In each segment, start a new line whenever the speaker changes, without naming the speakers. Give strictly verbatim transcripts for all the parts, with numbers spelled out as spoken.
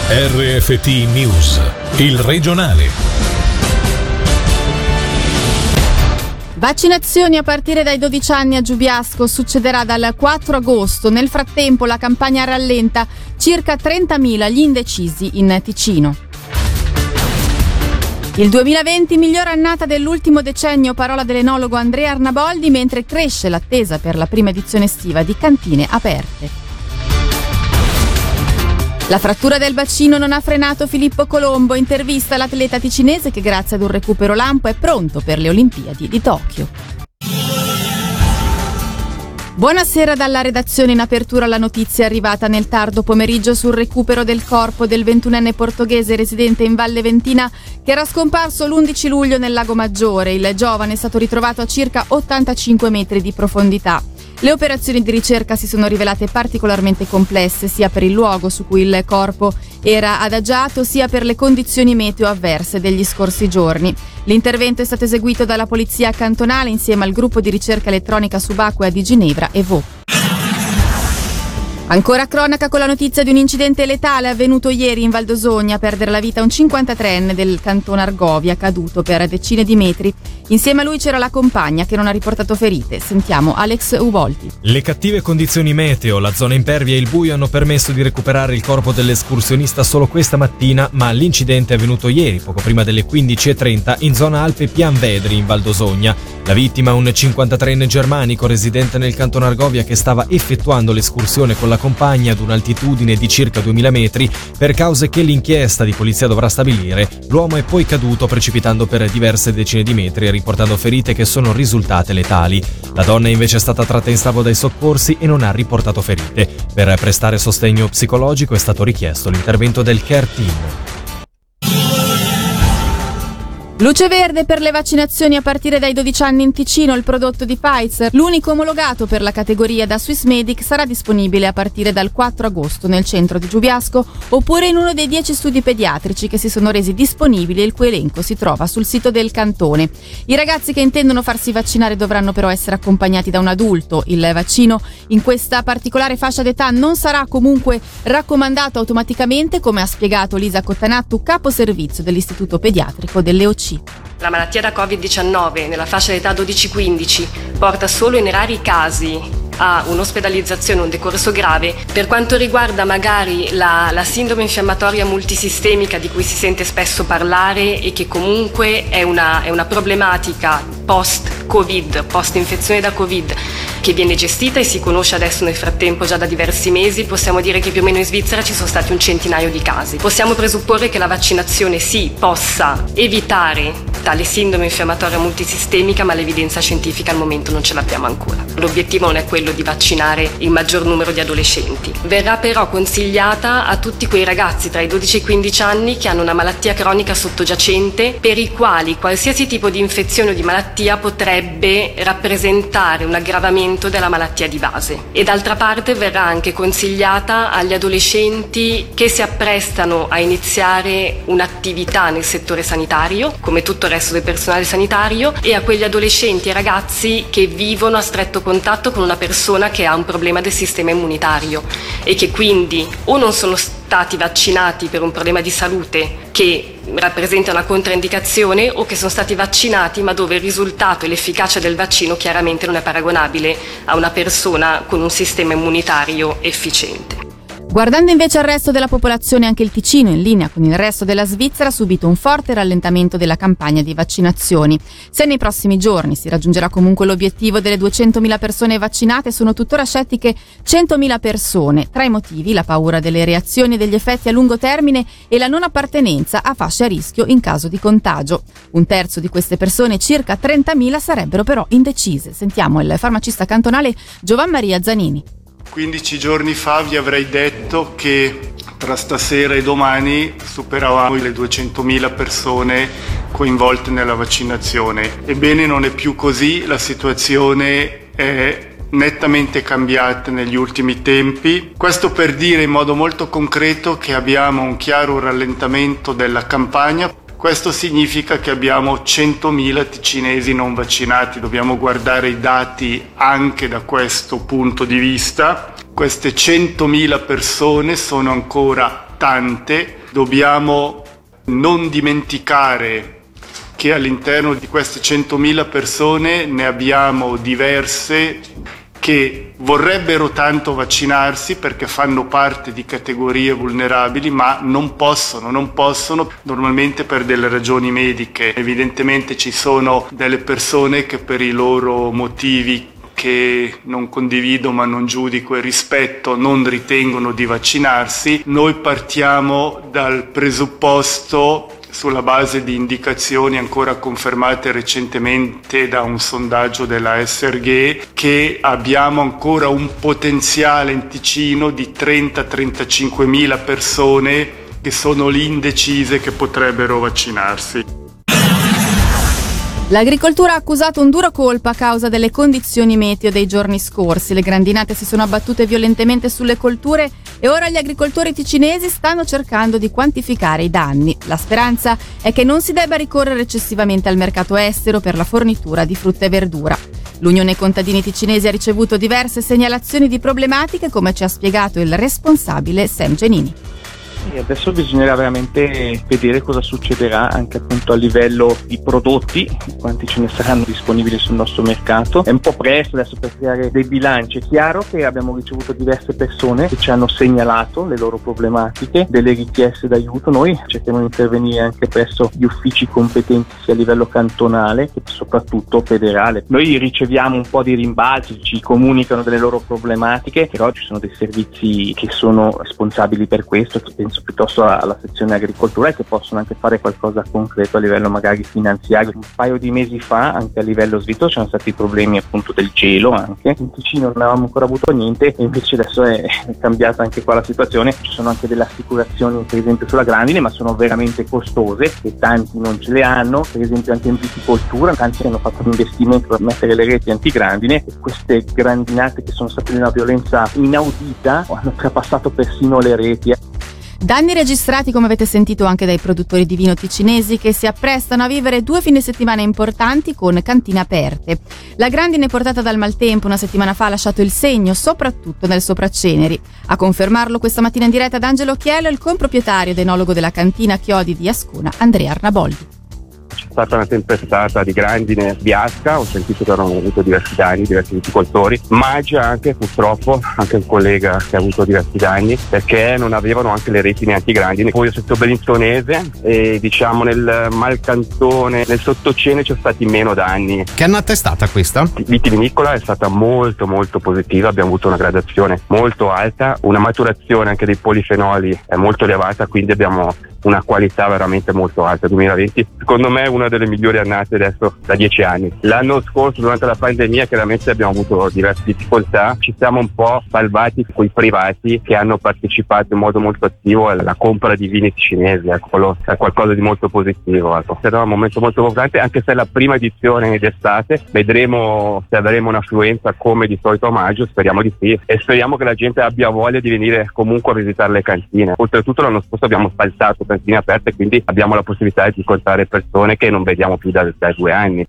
R F T News, il regionale.
Vaccinazioni a partire dai dodici anni a Giubiasco succederà dal quattro agosto. Nel frattempo la campagna rallenta, circa trentamila gli indecisi in Ticino. Il duemilaventi miglior annata dell'ultimo decennio, parola dell'enologo Andrea Arnaboldi, mentre cresce l'attesa per la prima edizione estiva di Cantine Aperte. La frattura del bacino non ha frenato Filippo Colombo, intervista l'atleta ticinese che grazie ad un recupero lampo è pronto per le Olimpiadi di Tokyo. Buonasera dalla redazione. In apertura la notizia è arrivata nel tardo pomeriggio sul recupero del corpo del ventunenne portoghese residente in Valle Ventina che era scomparso l'undici luglio nel Lago Maggiore. Il giovane è stato ritrovato a circa ottantacinque metri di profondità. Le operazioni di ricerca si sono rivelate particolarmente complesse sia per il luogo su cui il corpo era adagiato sia per le condizioni meteo avverse degli scorsi giorni. L'intervento è stato eseguito dalla polizia cantonale insieme al gruppo di ricerca elettronica subacquea di Ginevra e Vaux. Ancora cronaca con la notizia di un incidente letale avvenuto ieri in Val d'Osogna. A perdere la vita un cinquantatreenne del cantone Argovia, caduto per decine di metri. Insieme a lui c'era la compagna che non ha riportato ferite. Sentiamo Alex Ubolti.
Le cattive condizioni meteo, la zona impervia e il buio hanno permesso di recuperare il corpo dell'escursionista solo questa mattina, ma l'incidente è avvenuto ieri, poco prima delle quindici e trenta, in zona Alpe Pianvedri in Val d'Osogna. La vittima, un cinquantatreenne germanico residente nel cantone Argovia che stava effettuando l'escursione con la compagna ad un'altitudine di circa duemila metri. Per cause che l'inchiesta di polizia dovrà stabilire, l'uomo è poi caduto precipitando per diverse decine di metri e riportando ferite che sono risultate letali. La donna è invece stata tratta in salvo dai soccorsi e non ha riportato ferite. Per prestare sostegno psicologico è stato richiesto l'intervento del care team.
Luce verde per le vaccinazioni a partire dai dodici anni in Ticino. Il prodotto di Pfizer, l'unico omologato per la categoria da Swissmedic, sarà disponibile a partire dal quattro agosto nel centro di Giubiasco oppure in uno dei dieci studi pediatrici che si sono resi disponibili e il cui elenco si trova sul sito del cantone. I ragazzi che intendono farsi vaccinare dovranno però essere accompagnati da un adulto. Il vaccino in questa particolare fascia d'età non sarà comunque raccomandato automaticamente, come ha spiegato Lisa Cottanattu, capo servizio dell'Istituto Pediatrico delle O C.
La malattia da covid diciannove nella fascia d'età dodici quindici porta solo in rari casi a un'ospedalizzazione, un decorso grave. Per quanto riguarda magari la, la sindrome infiammatoria multisistemica di cui si sente spesso parlare e che comunque è una, è una problematica post-Covid, post-infezione da Covid, che viene gestita e si conosce adesso nel frattempo già da diversi mesi, possiamo dire che più o meno in Svizzera ci sono stati un centinaio di casi. Possiamo presupporre che la vaccinazione sì possa evitare tale sindrome infiammatoria multisistemica, ma l'evidenza scientifica al momento non ce l'abbiamo ancora. L'obiettivo non è quello di vaccinare il maggior numero di adolescenti. Verrà però consigliata a tutti quei ragazzi tra i dodici e i quindici anni che hanno una malattia cronica sottogiacente per i quali qualsiasi tipo di infezione o di malattia potrebbe rappresentare un aggravamento della malattia di base. E d'altra parte verrà anche consigliata agli adolescenti che si apprestano a iniziare un'attività nel settore sanitario, come tutto il resto del personale sanitario, e a quegli adolescenti e ragazzi che vivono a stretto contatto con una persona che ha un problema del sistema immunitario e che quindi o non sono stati vaccinati per un problema di salute che rappresenta una controindicazione, o che sono stati vaccinati ma dove il risultato e l'efficacia del vaccino chiaramente non è paragonabile a una persona con un sistema immunitario efficiente.
Guardando invece al resto della popolazione, anche il Ticino, in linea con il resto della Svizzera, ha subito un forte rallentamento della campagna di vaccinazioni. Se nei prossimi giorni si raggiungerà comunque l'obiettivo delle duecentomila persone vaccinate, sono tuttora scettiche centomila persone. Tra i motivi la paura delle reazioni e degli effetti a lungo termine e la non appartenenza a fasce a rischio in caso di contagio. Un terzo di queste persone, circa trentamila, sarebbero però indecise. Sentiamo il farmacista cantonale Giovan Maria Zanini.
quindici giorni fa vi avrei detto che tra stasera e domani superavamo le duecentomila persone coinvolte nella vaccinazione. Ebbene, non è più così, la situazione è nettamente cambiata negli ultimi tempi. Questo per dire in modo molto concreto che abbiamo un chiaro rallentamento della campagna. Questo significa che abbiamo centomila ticinesi non vaccinati, dobbiamo guardare i dati anche da questo punto di vista. Queste centomila persone sono ancora tante. Dobbiamo non dimenticare che all'interno di queste centomila persone ne abbiamo diverse che vorrebbero tanto vaccinarsi perché fanno parte di categorie vulnerabili, ma non possono, non possono normalmente per delle ragioni mediche. Evidentemente ci sono delle persone che per i loro motivi che non condivido ma non giudico e rispetto non ritengono di vaccinarsi. Noi partiamo dal presupposto, sulla base di indicazioni ancora confermate recentemente da un sondaggio della Eserghe, che abbiamo ancora un potenziale in Ticino di trenta trentacinquemila persone che sono lì indecise che potrebbero vaccinarsi.
L'agricoltura ha accusato un duro colpo a causa delle condizioni meteo dei giorni scorsi. Le grandinate si sono abbattute violentemente sulle colture e ora gli agricoltori ticinesi stanno cercando di quantificare i danni. La speranza è che non si debba ricorrere eccessivamente al mercato estero per la fornitura di frutta e verdura. L'Unione Contadini Ticinesi ha ricevuto diverse segnalazioni di problematiche, come ci ha spiegato il responsabile Sam Genini.
E adesso bisognerà veramente vedere cosa succederà anche appunto a livello di prodotti, quanti ce ne saranno disponibili sul nostro mercato. È un po' presto adesso per creare dei bilanci. È chiaro che abbiamo ricevuto diverse persone che ci hanno segnalato le loro problematiche, delle richieste d'aiuto. Noi cerchiamo di intervenire anche presso gli uffici competenti sia a livello cantonale che soprattutto federale. Noi riceviamo un po' di rimbalzi, ci comunicano delle loro problematiche, però ci sono dei servizi che sono responsabili per questo, che penso piuttosto alla sezione agricoltura e che possono anche fare qualcosa concreto a livello magari finanziario. Un paio di mesi fa anche a livello svizzero c'erano stati problemi appunto del gelo, anche in Ticino non avevamo ancora avuto niente e invece adesso è cambiata anche qua la situazione. Ci sono anche delle assicurazioni per esempio sulla grandine, ma sono veramente costose e tanti non ce le hanno. Per esempio anche in viticoltura tanti hanno fatto un investimento per mettere le reti antigrandine e queste grandinate che sono state di una violenza inaudita hanno trapassato persino le reti.
Danni registrati, come avete sentito, anche dai produttori di vino ticinesi che si apprestano a vivere due fine settimana importanti con cantine aperte. La grandine portata dal maltempo una settimana fa ha lasciato il segno, soprattutto nel Sopraceneri. A confermarlo questa mattina in diretta ad Angelo Chiello il comproprietario ed enologo della cantina Chiodi di Ascona, Andrea Arnaboldi.
C'è stata una tempestata di grandine biasca, ho sentito che hanno avuto diversi danni, diversi viticoltori, ma c'è anche purtroppo anche un collega che ha avuto diversi danni perché non avevano anche le reti neanche grandine. Poi io sono Bellinzonese e diciamo nel Malcantone, nel Sottocene c'è stati meno danni.
Che annata è stata questa?
Vitivinicola è stata molto molto positiva, abbiamo avuto una gradazione molto alta, una maturazione anche dei polifenoli è molto elevata, quindi abbiamo una qualità veramente molto alta. duemilaventi secondo me è una delle migliori annate adesso da dieci anni. L'anno scorso durante la pandemia chiaramente abbiamo avuto diverse difficoltà, ci siamo un po' salvati con i privati che hanno partecipato in modo molto attivo alla compra di vini ticinesi, ecco, quello è qualcosa di molto positivo, ecco. È stato un momento molto importante, anche se è la prima edizione d'estate, vedremo se avremo un'affluenza come di solito a maggio, speriamo di sì, e speriamo che la gente abbia voglia di venire comunque a visitare le cantine. Oltretutto l'anno scorso abbiamo spalzato cantine aperte, quindi abbiamo la possibilità di incontrare persone che non vediamo più da, da due anni.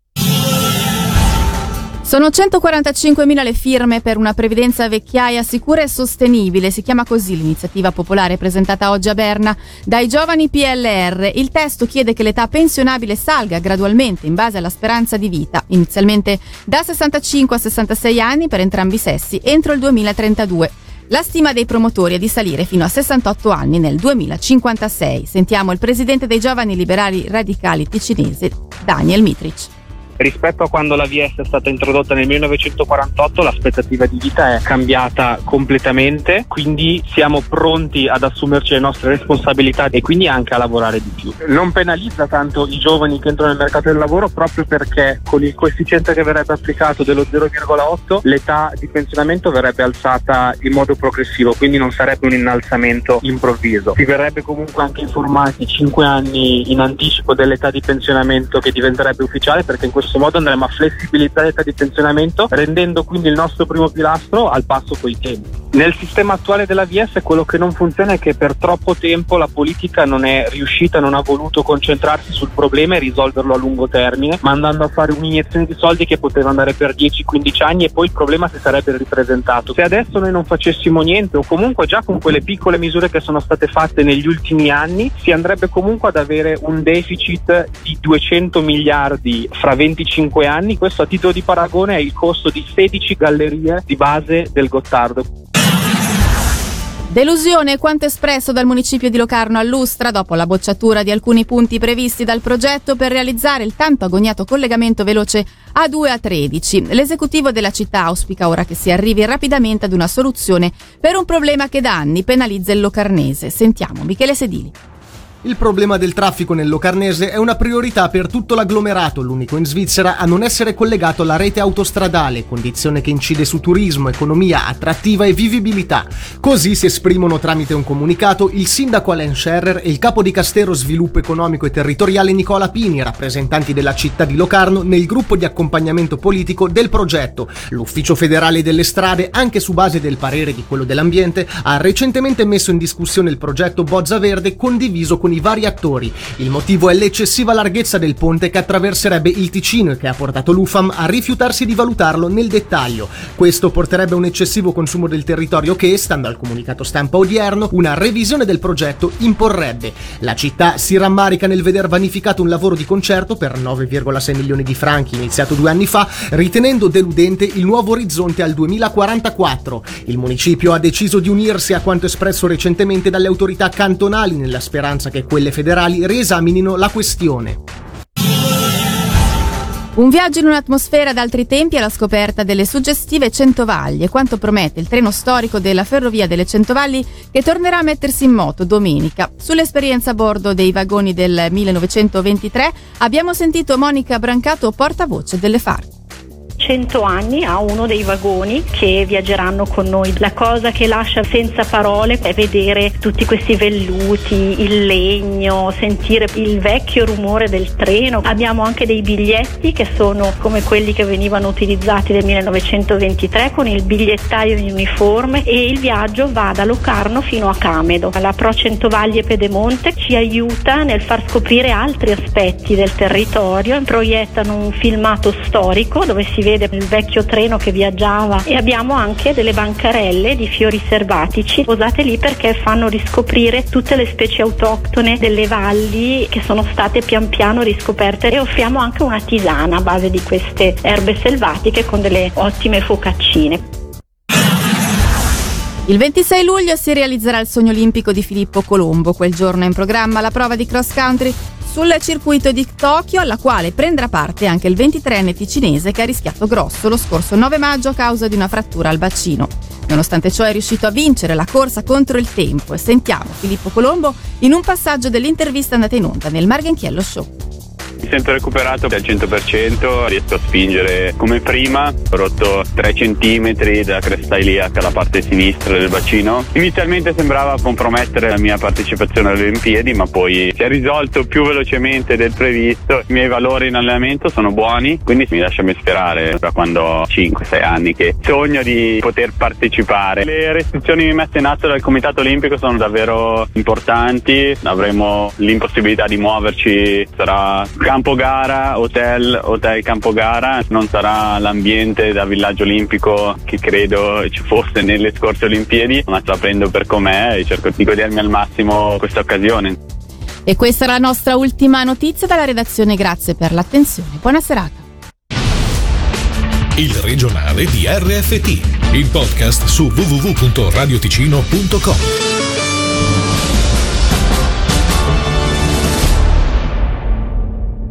Sono centoquarantacinquemila le firme per una previdenza vecchiaia sicura e sostenibile, si chiama così l'iniziativa popolare presentata oggi a Berna dai giovani P L R. Il testo chiede che l'età pensionabile salga gradualmente in base alla speranza di vita, inizialmente da sessantacinque a sessantasei anni per entrambi i sessi entro il duemilatrentadue. La stima dei promotori è di salire fino a sessantotto anni nel duemilacinquantasei. Sentiamo il presidente dei Giovani Liberali Radicali ticinesi, Daniel Mitric.
Rispetto a quando la V S è stata introdotta nel millenovecentoquarantotto, l'aspettativa di vita è cambiata completamente, quindi siamo pronti ad assumerci le nostre responsabilità e quindi anche a lavorare di più. Non penalizza tanto i giovani che entrano nel mercato del lavoro proprio perché con il coefficiente che verrebbe applicato dello zero virgola otto l'età di pensionamento verrebbe alzata in modo progressivo, quindi non sarebbe un innalzamento improvviso. Si verrebbe comunque anche informati cinque anni in anticipo dell'età di pensionamento che diventerebbe ufficiale, perché in questo In questo modo andremo a flessibilizzare l'età di pensionamento, rendendo quindi il nostro primo pilastro al passo coi tempi. Nel sistema attuale della V S quello che non funziona è che per troppo tempo la politica non è riuscita, non ha voluto concentrarsi sul problema e risolverlo a lungo termine, ma andando a fare un'iniezione di soldi che poteva andare per dieci quindici anni e poi il problema si sarebbe ripresentato. Se adesso noi non facessimo niente, o comunque già con quelle piccole misure che sono state fatte negli ultimi anni, si andrebbe comunque ad avere un deficit di duecento miliardi fra venticinque anni. Questo a titolo di paragone è il costo di sedici gallerie di base del Gottardo.
Delusione è quanto espresso dal municipio di Locarno all'Ustra dopo la bocciatura di alcuni punti previsti dal progetto per realizzare il tanto agognato collegamento veloce A due A tredici. L'esecutivo della città auspica ora che si arrivi rapidamente ad una soluzione per un problema che da anni penalizza il locarnese. Sentiamo Michele Sedili.
Il problema del traffico nel Locarnese è una priorità per tutto l'agglomerato, l'unico in Svizzera a non essere collegato alla rete autostradale, condizione che incide su turismo, economia, attrattiva e vivibilità. Così si esprimono tramite un comunicato il sindaco Alain Scherrer e il capo di Castero Sviluppo Economico e Territoriale Nicola Pini, rappresentanti della città di Locarno nel gruppo di accompagnamento politico del progetto. L'Ufficio federale delle strade, anche su base del parere di quello dell'ambiente, ha recentemente messo in discussione il progetto Bozza Verde condiviso con i vari attori. Il motivo è l'eccessiva larghezza del ponte che attraverserebbe il Ticino e che ha portato l'U F A M a rifiutarsi di valutarlo nel dettaglio. Questo porterebbe a un eccessivo consumo del territorio che, stando al comunicato stampa odierno, una revisione del progetto imporrebbe. La città si rammarica nel veder vanificato un lavoro di concerto per nove virgola sei milioni di franchi iniziato due anni fa, ritenendo deludente il nuovo orizzonte al duemilaquarantaquattro. Il municipio ha deciso di unirsi a quanto espresso recentemente dalle autorità cantonali nella speranza che quelle federali riesaminino la questione.
Un viaggio in un'atmosfera d'altri tempi alla scoperta delle suggestive Centovalli e quanto promette il treno storico della Ferrovia delle Centovalli che tornerà a mettersi in moto domenica. Sull'esperienza a bordo dei vagoni del millenovecentoventitré abbiamo sentito Monica Brancato, portavoce delle F A R.
cento anni a uno dei vagoni che viaggeranno con noi. La cosa che lascia senza parole è vedere tutti questi velluti, il legno, sentire il vecchio rumore del treno. Abbiamo anche dei biglietti che sono come quelli che venivano utilizzati nel millenovecentoventitré con il bigliettaio in uniforme, e il viaggio va da Locarno fino a Camedo. La Pro Centovalli e Pedemonte ci aiuta nel far scoprire altri aspetti del territorio, proiettano un filmato storico dove si vede il vecchio treno che viaggiava, e abbiamo anche delle bancarelle di fiori selvatici posate lì perché fanno riscoprire tutte le specie autoctone delle valli che sono state pian piano riscoperte, e offriamo anche una tisana a base di queste erbe selvatiche con delle ottime focaccine.
Il ventisei luglio si realizzerà il sogno olimpico di Filippo Colombo. Quel giorno è in programma la prova di cross country sul circuito di Tokyo, alla quale prenderà parte anche il ventitreenne ticinese che ha rischiato grosso lo scorso nove maggio a causa di una frattura al bacino. Nonostante ciò è riuscito a vincere la corsa contro il tempo, e sentiamo Filippo Colombo in un passaggio dell'intervista andata in onda nel Marghenchiello Show.
Mi sento recuperato al cento per cento, riesco a spingere come prima, ho rotto tre centimetri dalla cresta iliaca alla parte sinistra del bacino. Inizialmente sembrava compromettere la mia partecipazione alle Olimpiadi, ma poi si è risolto più velocemente del previsto. I miei valori in allenamento sono buoni, quindi mi lascia ben sperare da quando ho cinque sei anni che sogno di poter partecipare. Le restrizioni messe in atto dal Comitato Olimpico sono davvero importanti, avremo l'impossibilità di muoverci, sarà campo gara, hotel, hotel campo gara, non sarà l'ambiente da villaggio olimpico che credo ci fosse nelle scorse Olimpiadi, ma la prendo per com'è e cerco di godermi al massimo questa occasione.
E questa è la nostra ultima notizia dalla redazione, grazie per l'attenzione, buona serata.
Il regionale di R F T, il podcast su w w w punto radioticino punto com.